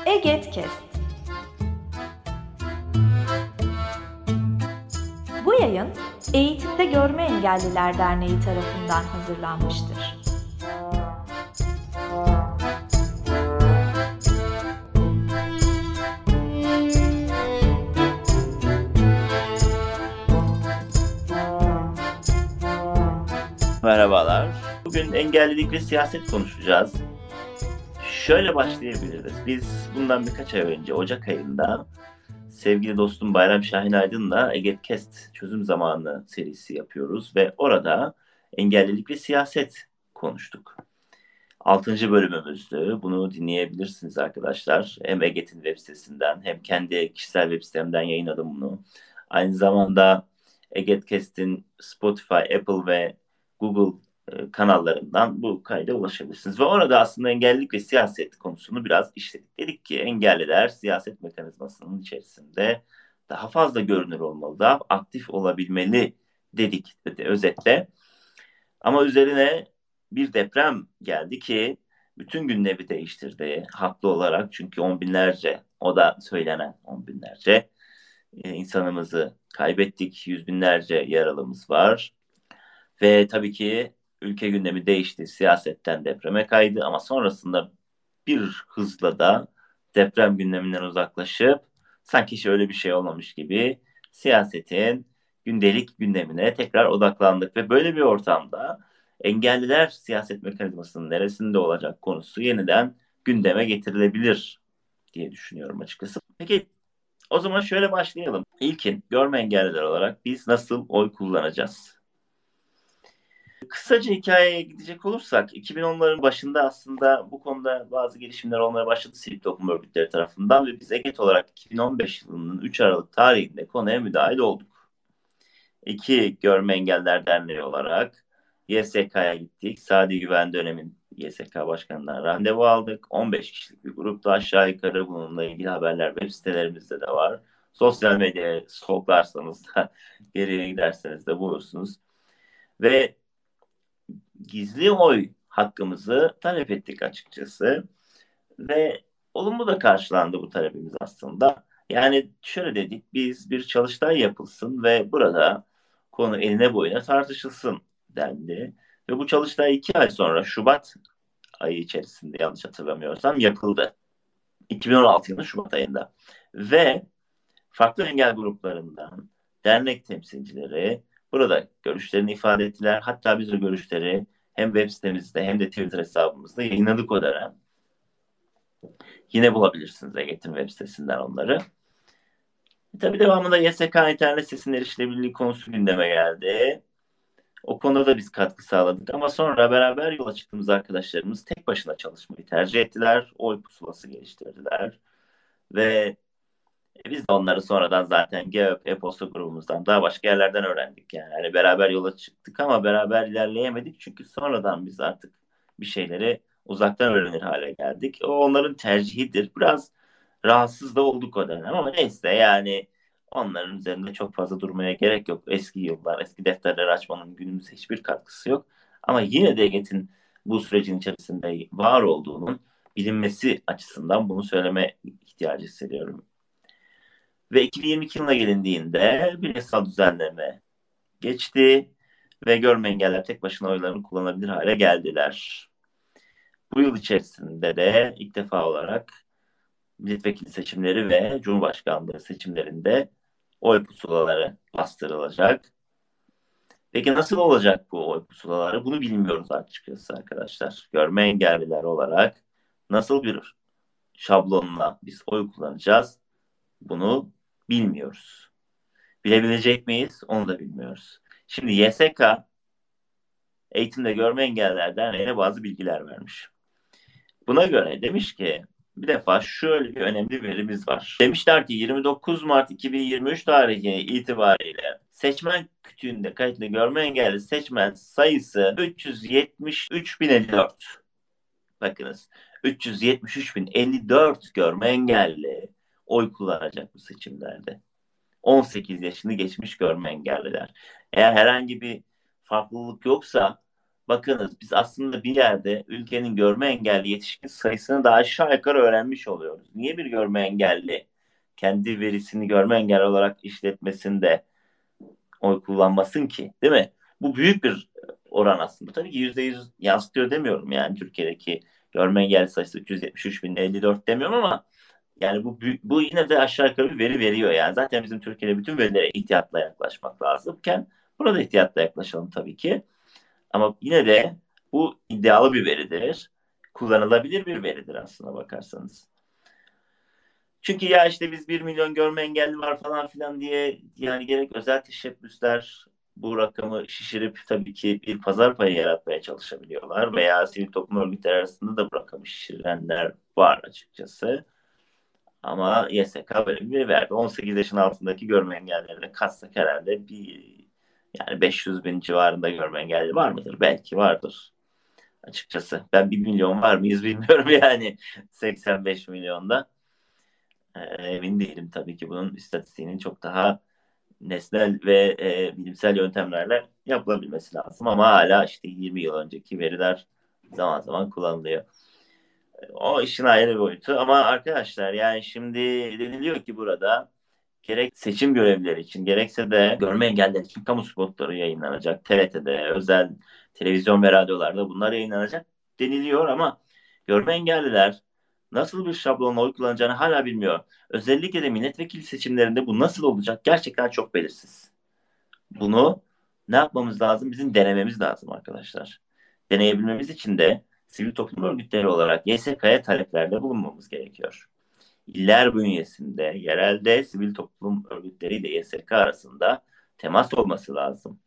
Egetkest. Bu yayın Eğitimde Görme Engelliler Derneği tarafından hazırlanmıştır. Merhabalar. Bugün engellilik ve siyaset konuşacağız. Şöyle başlayabiliriz. Biz bundan birkaç ay önce Ocak ayında sevgili dostum Bayram Şahin Aydın'la Egetkest Çözüm Zamanı serisi yapıyoruz ve orada engellilik ve siyaset konuştuk. 6. bölümümüzdü. Bunu dinleyebilirsiniz arkadaşlar. Hem Eget'in web sitesinden hem kendi kişisel web sitemden yayınladım bunu. Aynı zamanda Egetkest'in Spotify, Apple ve Google kanallarından bu kayda ulaşabilirsiniz. Ve orada aslında engellilik ve siyaset konusunu biraz işledik. Dedik ki engelliler siyaset mekanizmasının içerisinde daha fazla görünür olmalı, daha aktif olabilmeli dedik özetle. Ama üzerine bir deprem geldi ki bütün gündemi değiştirdi haklı olarak. Çünkü on binlerce, o da söylenen on binlerce insanımızı kaybettik. Yüz binlerce yaralımız var. Ve tabii ki ülke gündemi değişti. Siyasetten depreme kaydı ama sonrasında bir hızla da deprem gündeminden uzaklaşıp sanki şöyle bir şey olmamış gibi siyasetin gündelik gündemine tekrar odaklandık ve böyle bir ortamda engelliler siyaset mekanizmasının neresinde olacak konusu yeniden gündeme getirilebilir diye düşünüyorum açıkçası. Peki o zaman şöyle başlayalım. İlkin görme engelliler olarak biz nasıl oy kullanacağız? Kısaca hikayeye gidecek olursak 2010'ların başında aslında bu konuda bazı gelişmeler olmaya başladı sivil toplum örgütleri tarafından ve biz EGET olarak 2015 yılının 3 Aralık tarihinde konuya müdahil olduk. İki Görme Engeller Derneği olarak YSK'ya gittik. Sadi Güven dönemin YSK Başkanı'ndan randevu aldık. 15 kişilik bir grupta aşağı yukarı bununla ilgili haberler web sitelerimizde de var. Sosyal medyaya stalklarsanız da geriye giderseniz de bulursunuz. Ve gizli oy hakkımızı talep ettik açıkçası. Ve olumlu da karşılandı bu talebimiz aslında. Yani şöyle dedik, biz bir çalıştay yapılsın ve burada konu eline boyuna tartışılsın dendi. Ve bu çalıştay 2 ay sonra Şubat ayı içerisinde yanlış hatırlamıyorsam yapıldı. 2016 yılının Şubat ayında. Ve farklı engel gruplarından dernek temsilcileri burada görüşlerini ifade ettiler. Hatta biz o görüşleri hem web sitemizde hem de Twitter hesabımızda yayınladık o dönem. Yine bulabilirsiniz Eget'in web sitesinden onları. Tabii devamında YSK internet sitesinin erişilebilirliği konusu gündeme geldi. O konuda da biz katkı sağladık ama sonra beraber yola çıktığımız arkadaşlarımız tek başına çalışmayı tercih ettiler. Oy pusulası geliştirdiler. Ve biz de onları sonradan zaten GEOP e-posta grubumuzdan daha başka yerlerden öğrendik. Yani hani beraber yola çıktık ama beraber ilerleyemedik. Çünkü sonradan biz artık bir şeyleri uzaktan öğrenir hale geldik. O onların tercihidir. Biraz rahatsız da olduk o dönem ama neyse yani onların üzerinde çok fazla durmaya gerek yok. Eski yıllar, eski defterleri açmanın günümüze hiçbir katkısı yok. Ama yine de EGET'in bu sürecin içerisinde var olduğunun bilinmesi açısından bunu söyleme ihtiyacı hissediyorum. Ve 2022 yılına gelindiğinde bir yasal düzenleme geçti ve görme engeller tek başına oylarını kullanabilir hale geldiler. Bu yıl içerisinde de ilk defa olarak milletvekili seçimleri ve cumhurbaşkanlığı seçimlerinde oy pusulaları bastırılacak. Peki nasıl olacak bu oy pusulaları? Bunu bilmiyoruz açıkçası arkadaşlar. Görme engelliler olarak nasıl bir şablonla biz oy kullanacağız? Bunu bilmiyoruz. Bilebilecek miyiz? Onu da bilmiyoruz. Şimdi YSK Eğitimde Görme Engelliler Derneği'ne bazı bilgiler vermiş. Buna göre demiş ki bir defa şöyle bir önemli verimiz var. Demişler ki 29 Mart 2023 tarihi itibariyle seçmen kütüğünde kayıtlı görme engelli seçmen sayısı 373.054. Bakınız 373.054 görme engelli oy kullanacak bu seçimlerde. 18 yaşını geçmiş görme engelliler. Eğer herhangi bir farklılık yoksa bakınız biz aslında bir yerde ülkenin görme engelli yetişkin sayısını da aşağı yukarı öğrenmiş oluyoruz. Niye bir görme engelli kendi verisini görme engelli olarak işletmesinde oy kullanmasın ki, değil mi? Bu büyük bir oran aslında. Tabii ki %100 yansıtıyor demiyorum yani Türkiye'deki görme engelli sayısı 373.054 demiyorum ama yani bu yine de aşağı yukarı bir veri veriyor yani. Zaten bizim Türkiye'de bütün verilere ihtiyatla yaklaşmak lazımken burada ihtiyatla yaklaşalım tabii ki. Ama yine de bu iddialı bir veridir. Kullanılabilir bir veridir aslına bakarsanız. Çünkü ya işte biz 1 milyon görme engelli var falan filan diye yani gerek özel teşebbüsler bu rakamı şişirip tabii ki bir pazar payı yaratmaya çalışabiliyorlar. Veya sivil toplum örgütleri arasında da bu rakamı şişirenler var açıkçası. Ama YSK böyle bir veri verdi. 18 yaşın altındaki görme engellilerine katsak herhalde yani 500 bin civarında görme engelli var mıdır? Belki vardır açıkçası. Ben 1 milyon var mıyız bilmiyorum yani 85 milyonda. Emin değilim tabii ki bunun istatistiğinin çok daha nesnel ve bilimsel yöntemlerle yapılabilmesi lazım. Ama hala işte 20 yıl önceki veriler zaman zaman kullanılıyor. O işin ayrı bir boyutu. Ama arkadaşlar yani şimdi deniliyor ki burada gerek seçim görevlileri için gerekse de görme engelliler için kamu spotları yayınlanacak. TRT'de, özel televizyon ve radyolarda bunlar yayınlanacak deniliyor ama görme engelliler nasıl bir şablonla oy kullanacağını hala bilmiyor. Özellikle de milletvekili seçimlerinde bu nasıl olacak gerçekten çok belirsiz. Bunu ne yapmamız lazım? Bizim denememiz lazım arkadaşlar. Deneyebilmemiz için de sivil toplum örgütleri olarak YSK'ya taleplerde bulunmamız gerekiyor. İller bünyesinde, yerelde sivil toplum örgütleriyle YSK arasında temas olması lazım.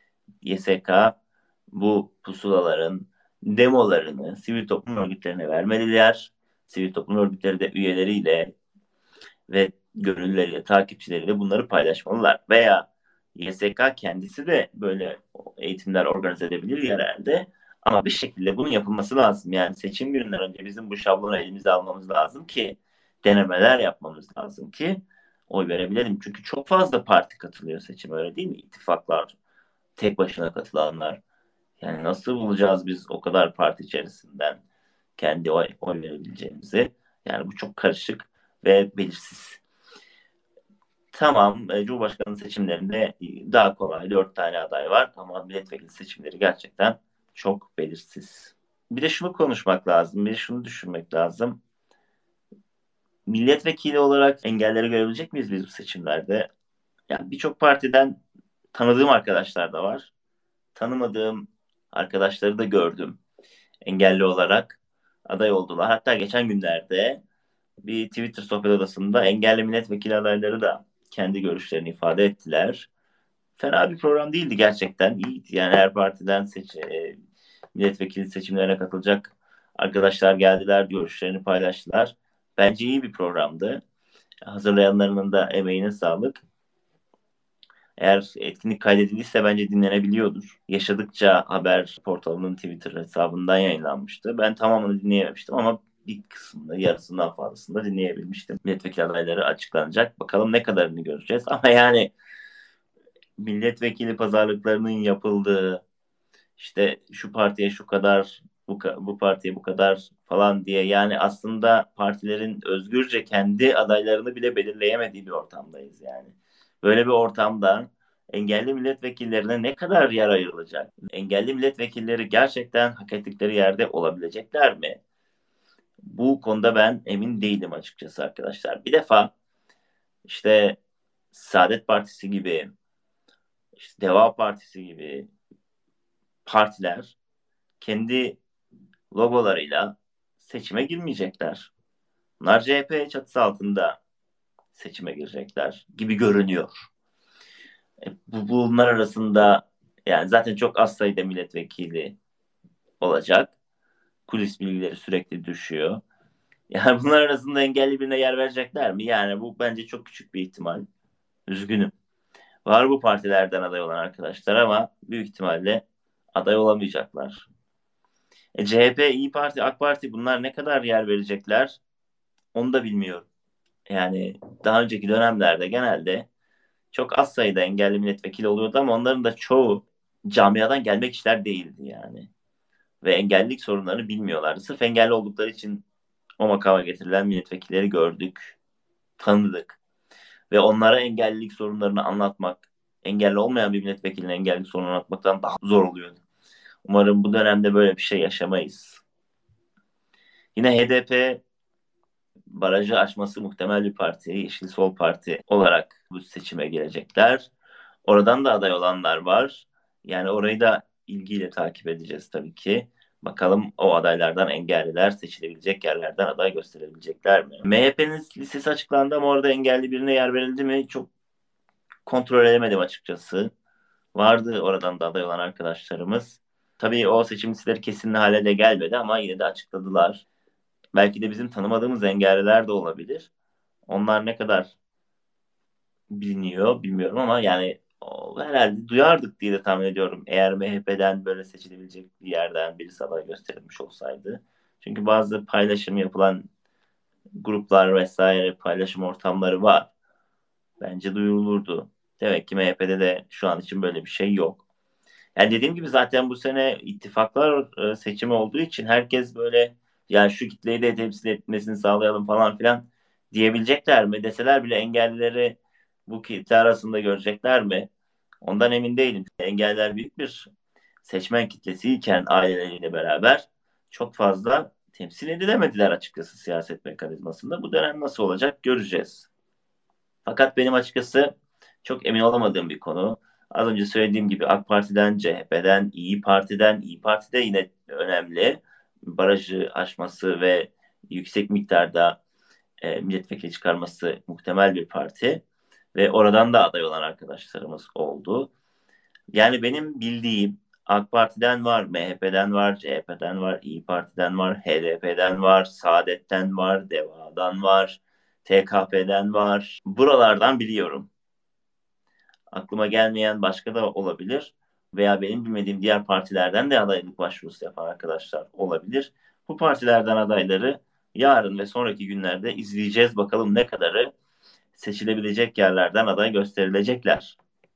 YSK bu pusulaların demolarını sivil toplum örgütlerine vermeliler. Sivil toplum örgütleri de üyeleriyle ve gönüllüleriyle, takipçileriyle bunları paylaşmalılar. Veya YSK kendisi de böyle eğitimler organize edebilir yerelde. Ama bir şekilde bunun yapılması lazım. Yani seçim gününden önce bizim bu şablonu elimize almamız lazım ki denemeler yapmamız lazım ki oy verebilelim. Çünkü çok fazla parti katılıyor seçime öyle değil mi? İttifaklar, tek başına katılanlar. Yani nasıl bulacağız biz o kadar parti içerisinden kendi oy verebileceğimizi? Yani bu çok karışık ve belirsiz. Tamam, Cumhurbaşkanı seçimlerinde daha kolay 4 tane aday var ama milletvekili seçimleri gerçekten çok belirsiz. Bir de şunu konuşmak lazım, bir de şunu düşünmek lazım. Milletvekili olarak engelleri görebilecek miyiz biz bu seçimlerde? Yani birçok partiden tanıdığım arkadaşlar da var. Tanımadığım arkadaşları da gördüm. Engelli olarak aday oldular. Hatta geçen günlerde bir Twitter sohbet odasında engelli milletvekili adayları da kendi görüşlerini ifade ettiler. Fena bir program değildi gerçekten. İyiydi. Yani her partiden milletvekili seçimlerine katılacak arkadaşlar geldiler, görüşlerini paylaştılar. Bence iyi bir programdı. Hazırlayanlarının da emeğine sağlık. Eğer etkinlik kaydedildiyse bence dinlenebiliyordur. Yaşadıkça haber portalının Twitter hesabından yayınlanmıştı. Ben tamamını dinleyememiştim ama bir kısmını, yarısından fazlasını da dinleyebilmiştim. Milletvekili adayları açıklanacak. Bakalım ne kadarını göreceğiz. Ama yani milletvekili pazarlıklarının yapıldığı, işte şu partiye şu kadar, bu partiye bu kadar falan diye yani aslında partilerin özgürce kendi adaylarını bile belirleyemediği bir ortamdayız yani. Böyle bir ortamda engelli milletvekillerine ne kadar yer ayrılacak? Engelli milletvekilleri gerçekten hak ettikleri yerde olabilecekler mi? Bu konuda ben emin değilim açıkçası arkadaşlar. Bir defa işte Saadet Partisi gibi, işte Deva Partisi gibi partiler kendi logolarıyla seçime girmeyecekler. Bunlar CHP çatısı altında seçime girecekler gibi görünüyor. Bunlar arasında yani zaten çok az sayıda milletvekili olacak. Kulis bilgileri sürekli düşüyor. Yani bunlar arasında engelli birine yer verecekler mi? Yani bu bence çok küçük bir ihtimal. Üzgünüm. Var bu partilerden aday olan arkadaşlar ama büyük ihtimalle aday olamayacaklar. CHP, İyi Parti, AK Parti bunlar ne kadar yer verecekler onu da bilmiyorum. Yani daha önceki dönemlerde genelde çok az sayıda engelli milletvekili oluyordu ama onların da çoğu camiadan gelme kişiler değildi yani. Ve engellilik sorunlarını bilmiyorlardı. Sırf engelli oldukları için o makama getirilen milletvekilleri gördük, tanıdık. Ve onlara engellilik sorunlarını anlatmak, engelli olmayan bir milletvekiline engellilik sorununu anlatmaktan daha zor oluyordu. Umarım bu dönemde böyle bir şey yaşamayız. Yine HDP barajı aşması muhtemel bir parti, Yeşil Sol Parti olarak bu seçime girecekler. Oradan da aday olanlar var. Yani orayı da ilgiyle takip edeceğiz tabii ki. Bakalım o adaylardan engelliler seçilebilecek yerlerden aday gösterebilecekler mi? MHP'nin listesi açıklandı ama orada engelli birine yer verildi mi? Çok kontrol edemedim açıkçası. Vardı oradan da aday olan arkadaşlarımız. Tabii o seçim listeleri kesin hale de gelmedi ama yine de açıkladılar. Belki de bizim tanımadığımız engelliler de olabilir. Onlar ne kadar biliniyor bilmiyorum ama yani herhalde duyardık diye de tahmin ediyorum. Eğer MHP'den böyle seçilebilecek bir yerden birisi aday gösterilmiş olsaydı. Çünkü bazı paylaşım yapılan gruplar vesaire paylaşım ortamları var. Bence duyurulurdu. Demek ki MHP'de de şu an için böyle bir şey yok. Yani dediğim gibi zaten bu sene ittifaklar seçimi olduğu için herkes böyle yani şu kitleyi de temsil etmesini sağlayalım falan filan diyebilecekler mi? Deseler bile engellileri bu kitle arasında görecekler mi? Ondan emin değilim. Engelliler büyük bir seçmen kitlesiyken aileleriyle beraber çok fazla temsil edilemediler açıkçası siyaset mekanizmasında. Bu dönem nasıl olacak göreceğiz. Fakat benim açıkçası çok emin olamadığım bir konu. Az önce söylediğim gibi AK Parti'den, CHP'den, İyi Parti de yine önemli. Barajı aşması ve yüksek miktarda milletvekili çıkarması muhtemel bir parti. Ve oradan da aday olan arkadaşlarımız oldu. Yani benim bildiğim AK Parti'den var, MHP'den var, CHP'den var, İyi Parti'den var, HDP'den var, Saadet'ten var, DEVA'dan var, TKP'den var. Buralardan biliyorum. Aklıma gelmeyen başka da olabilir veya benim bilmediğim diğer partilerden de adaylık başvurusu yapan arkadaşlar olabilir. Bu partilerden adayları yarın ve sonraki günlerde izleyeceğiz. Bakalım ne kadarı seçilebilecek yerlerden aday gösterilecekler.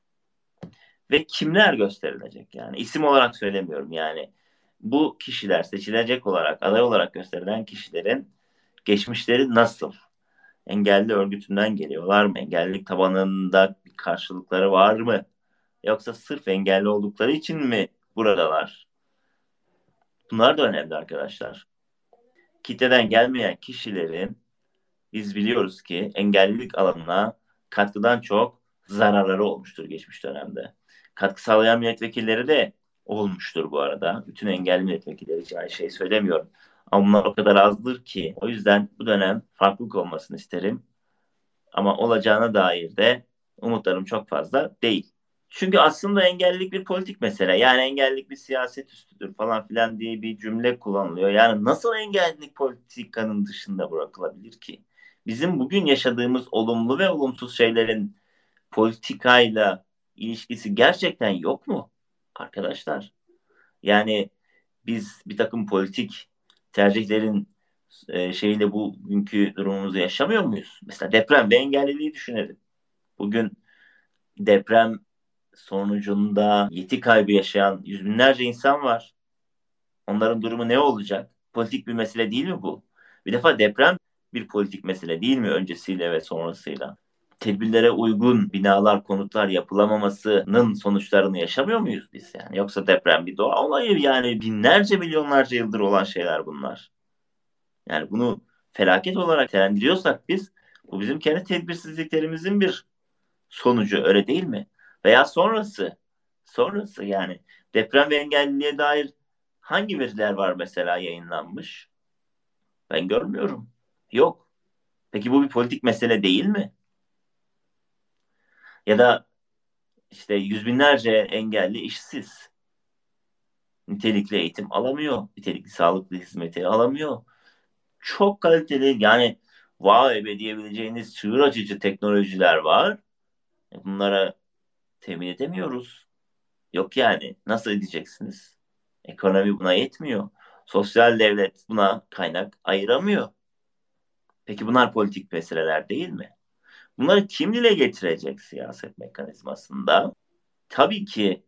Ve kimler gösterilecek yani isim olarak söylemiyorum yani bu kişiler seçilecek olarak aday olarak gösterilen kişilerin geçmişleri nasıl? Engelli örgütünden geliyorlar mı? Engellilik tabanında bir karşılıkları var mı? Yoksa sırf engelli oldukları için mi buradalar? Bunlar da önemli arkadaşlar. Kitleden gelmeyen kişilerin biz biliyoruz ki engellilik alanına katkıdan çok zararları olmuştur geçmiş dönemde. Katkı sağlayan milletvekilleri de olmuştur bu arada. Bütün engelli milletvekilleri için aynı şeyi söylemiyorum. Ama bunlar o kadar azdır ki. O yüzden bu dönem farklılık olmasını isterim. Ama olacağına dair de umutlarım çok fazla değil. Çünkü aslında engellilik bir politik mesele. Yani engellilik bir siyaset üstüdür falan filan diye bir cümle kullanılıyor. Yani nasıl engellilik politikanın dışında bırakılabilir ki? Bizim bugün yaşadığımız olumlu ve olumsuz şeylerin politikayla ilişkisi gerçekten yok mu arkadaşlar? Yani biz bir takım politik tercihlerin şeyle bugünkü durumumuzu yaşamıyor muyuz? Mesela deprem ve engelliliği düşünelim. Bugün deprem sonucunda yeti kaybı yaşayan yüz binlerce insan var. Onların durumu ne olacak? Politik bir mesele değil mi bu? Bir defa deprem bir politik mesele değil mi öncesiyle ve sonrasıyla? Tedbirlere uygun binalar, konutlar yapılamamasının sonuçlarını yaşamıyor muyuz biz yani? Yoksa deprem bir doğa olayı yani binlerce milyonlarca yıldır olan şeyler bunlar. Yani bunu felaket olarak nitelendiriyorsak biz bu bizim kendi tedbirsizliklerimizin bir sonucu öyle değil mi? Veya sonrası yani deprem ve engelliliğe dair hangi veriler var mesela yayınlanmış? Ben görmüyorum. Yok. Peki bu bir politik mesele değil mi? Ya da işte yüz binlerce engelli işsiz. Nitelikli eğitim alamıyor. Nitelikli sağlıklı hizmeti alamıyor. Çok kaliteli yani vay be diyebileceğiniz çığır açıcı teknolojiler var. Bunlara temin edemiyoruz. Yok yani. Nasıl edeceksiniz? Ekonomi buna yetmiyor. Sosyal devlet buna kaynak ayıramıyor. Peki bunlar politik meseleler değil mi? Bunları kim dile getirecek siyaset mekanizmasında? Tabii ki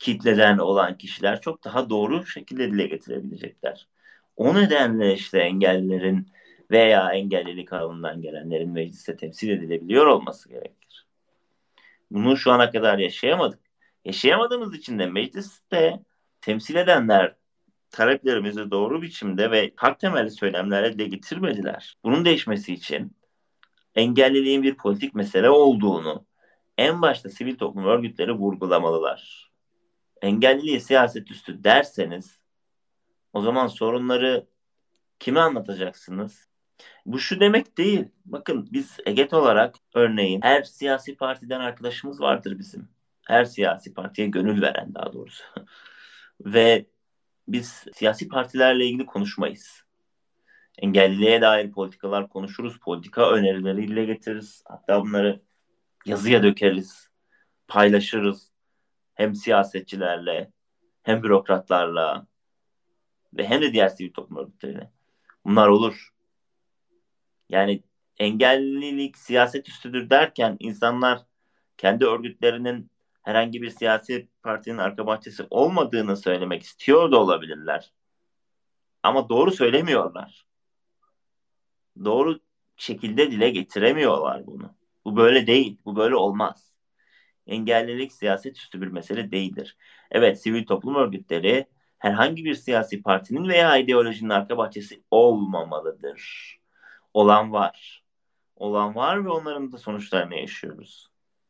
kitleden olan kişiler çok daha doğru şekilde dile getirebilecekler. O nedenle işte engellilerin veya engellilik alanından gelenlerin mecliste temsil edilebiliyor olması gerekir. Bunu şu ana kadar yaşayamadık. Yaşayamadığımız için de mecliste temsil edenler taleplerimizi doğru biçimde ve hak temelli söylemlerle dile getirmediler. Bunun değişmesi için engelliliğin bir politik mesele olduğunu en başta sivil toplum örgütleri vurgulamalılar. Engelliliği siyaset üstü derseniz o zaman sorunları kime anlatacaksınız? Bu şu demek değil. Bakın biz EGET olarak örneğin her siyasi partiden arkadaşımız vardır bizim. Her siyasi partiye gönül veren daha doğrusu. Ve biz siyasi partilerle ilgili konuşmayız. Engelliliğe dair politikalar konuşuruz. Politika önerileri dile getiririz. Hatta bunları yazıya dökeriz. Paylaşırız. Hem siyasetçilerle hem bürokratlarla ve hem de diğer sivil toplum örgütleriyle. Bunlar olur. Yani engellilik siyaset üstüdür derken insanlar kendi örgütlerinin herhangi bir siyasi partinin arka bahçesi olmadığını söylemek istiyor da olabilirler. Ama doğru söylemiyorlar. Doğru şekilde dile getiremiyorlar bunu. Bu böyle değil. Bu böyle olmaz. Engellilik siyaset üstü bir mesele değildir. Evet, sivil toplum örgütleri herhangi bir siyasi partinin veya ideolojinin arka bahçesi olmamalıdır. Olan var. Olan var ve onların da sonuçlarını yaşıyoruz.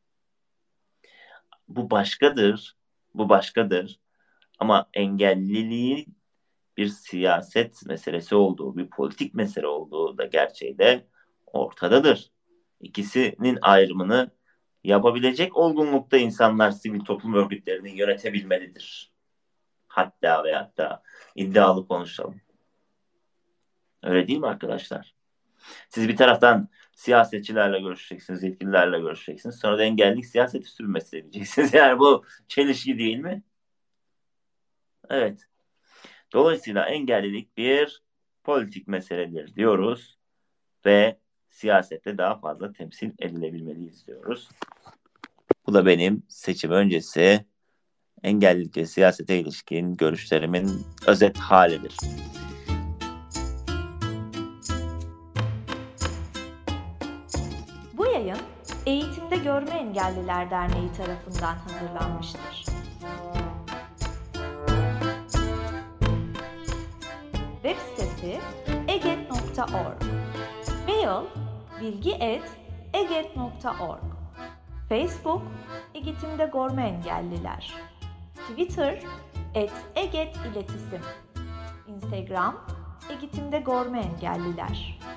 Bu başkadır. Bu başkadır. Ama engelliliğin bir siyaset meselesi olduğu, bir politik mesele olduğu da gerçeği de ortadadır. İkisinin ayrımını yapabilecek olgunlukta insanlar sivil toplum örgütlerini yönetebilmelidir. Hatta ve hatta iddialı konuşalım. Öyle değil mi arkadaşlar? Siz bir taraftan siyasetçilerle görüşeceksiniz, yetkililerle görüşeceksiniz. Sonra da engellilik siyaset üstü bir mesele diyeceksiniz. Yani bu çelişki değil mi? Evet. Dolayısıyla engellilik bir politik meseledir diyoruz ve siyasette daha fazla temsil edilebilmeliyiz diyoruz. Bu da benim seçim öncesi engellilik ve siyasete ilişkin görüşlerimin özet halidir. Bu yayın Eğitimde Görme Engelliler Derneği tarafından hazırlanmıştır. Web sitesi eget.org. Mail bilgi@eget.org. Facebook Eğitimde Görme Engelliler. Twitter @eget iletisim. Instagram Eğitimde Görme Engelliler.